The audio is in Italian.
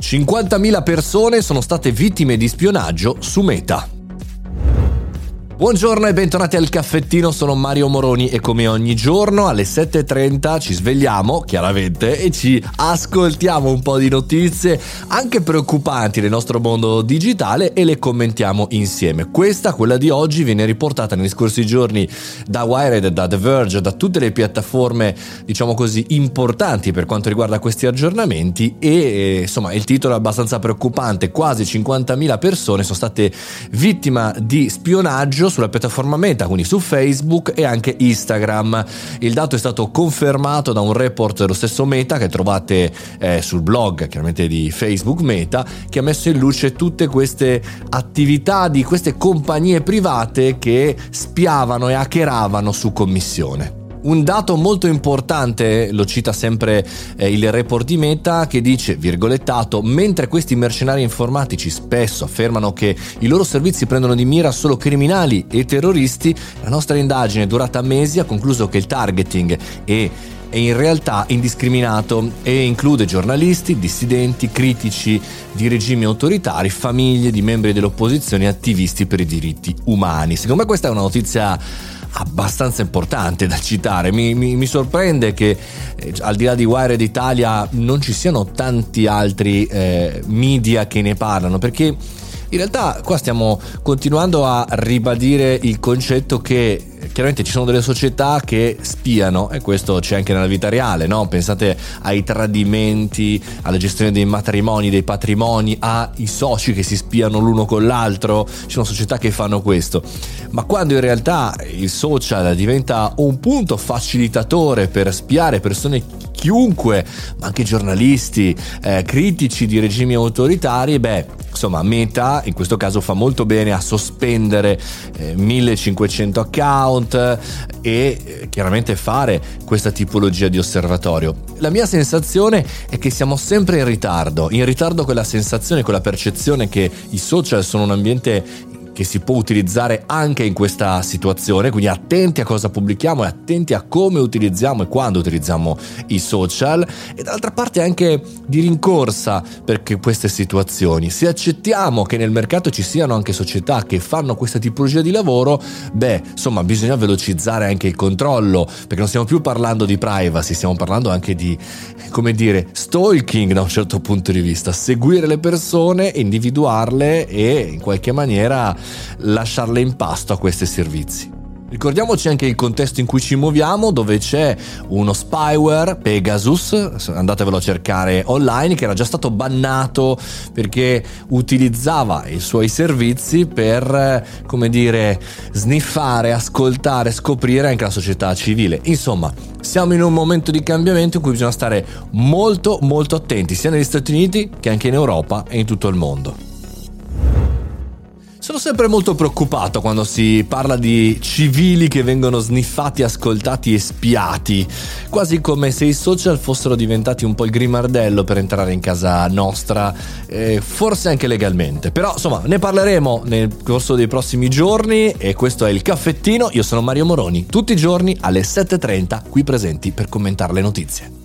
50.000 persone sono state vittime di spionaggio su Meta. Buongiorno e bentornati al caffettino, sono Mario Moroni e come ogni giorno alle 7.30 ci svegliamo, chiaramente, e ci ascoltiamo un po' di notizie anche preoccupanti nel nostro mondo digitale e le commentiamo insieme. Quella di oggi, viene riportata negli scorsi giorni da Wired, da The Verge, da tutte le piattaforme, diciamo così, importanti per quanto riguarda questi aggiornamenti e insomma il titolo è abbastanza preoccupante. Quasi 50.000 persone sono state vittime di spionaggio sulla piattaforma Meta, quindi su Facebook e anche Instagram. Il dato è stato confermato da un report dello stesso Meta che trovate sul blog chiaramente di Facebook Meta, che ha messo in luce tutte queste attività di queste compagnie private che spiavano e hackeravano su commissione. Un dato molto importante lo cita sempre il report di Meta, che dice, virgolettato: mentre questi mercenari informatici spesso affermano che i loro servizi prendono di mira solo criminali e terroristi, la nostra indagine durata mesi ha concluso che il targeting è in realtà indiscriminato e include giornalisti, dissidenti, critici di regimi autoritari, famiglie di membri dell'opposizione e attivisti per i diritti umani. Secondo me questa è una notizia abbastanza importante da citare. Mi sorprende che al di là di Wired Italia non ci siano tanti altri media che ne parlano, perché in realtà qua stiamo continuando a ribadire il concetto che chiaramente ci sono delle società che spiano, e questo c'è anche nella vita reale, no? Pensate ai tradimenti, alla gestione dei matrimoni, dei patrimoni, ai soci che si spiano l'uno con l'altro. Ci sono società che fanno questo, ma quando in realtà il social diventa un punto facilitatore per spiare persone, chiunque, ma anche giornalisti, critici di regimi autoritari, insomma Meta in questo caso fa molto bene a sospendere 1500 account e chiaramente fare questa tipologia di osservatorio. La mia sensazione è che siamo sempre in ritardo con la sensazione, con la percezione che i social sono un ambiente che si può utilizzare anche in questa situazione, quindi attenti a cosa pubblichiamo e attenti a come utilizziamo e quando utilizziamo i social, e dall'altra parte anche di rincorsa per queste situazioni. Se accettiamo che nel mercato ci siano anche società che fanno questa tipologia di lavoro, insomma bisogna velocizzare anche il controllo, perché non stiamo più parlando di privacy, stiamo parlando anche di, stalking da un certo punto di vista, seguire le persone, individuarle e in qualche maniera lasciarle in pasto a questi servizi. Ricordiamoci anche il contesto in cui ci muoviamo, dove c'è uno spyware, Pegasus, andatevelo a cercare online, che era già stato bannato perché utilizzava i suoi servizi per, sniffare, ascoltare, scoprire anche la società civile. Insomma, siamo in un momento di cambiamento in cui bisogna stare molto molto attenti, sia negli Stati Uniti che anche in Europa e in tutto il mondo. Sono sempre molto preoccupato quando si parla di civili che vengono sniffati, ascoltati e spiati, quasi come se i social fossero diventati un po' il grimardello per entrare in casa nostra, forse anche legalmente. Però insomma ne parleremo nel corso dei prossimi giorni, e questo è il caffettino. Io sono Mario Moroni, tutti i giorni alle 7.30 qui presenti per commentare le notizie.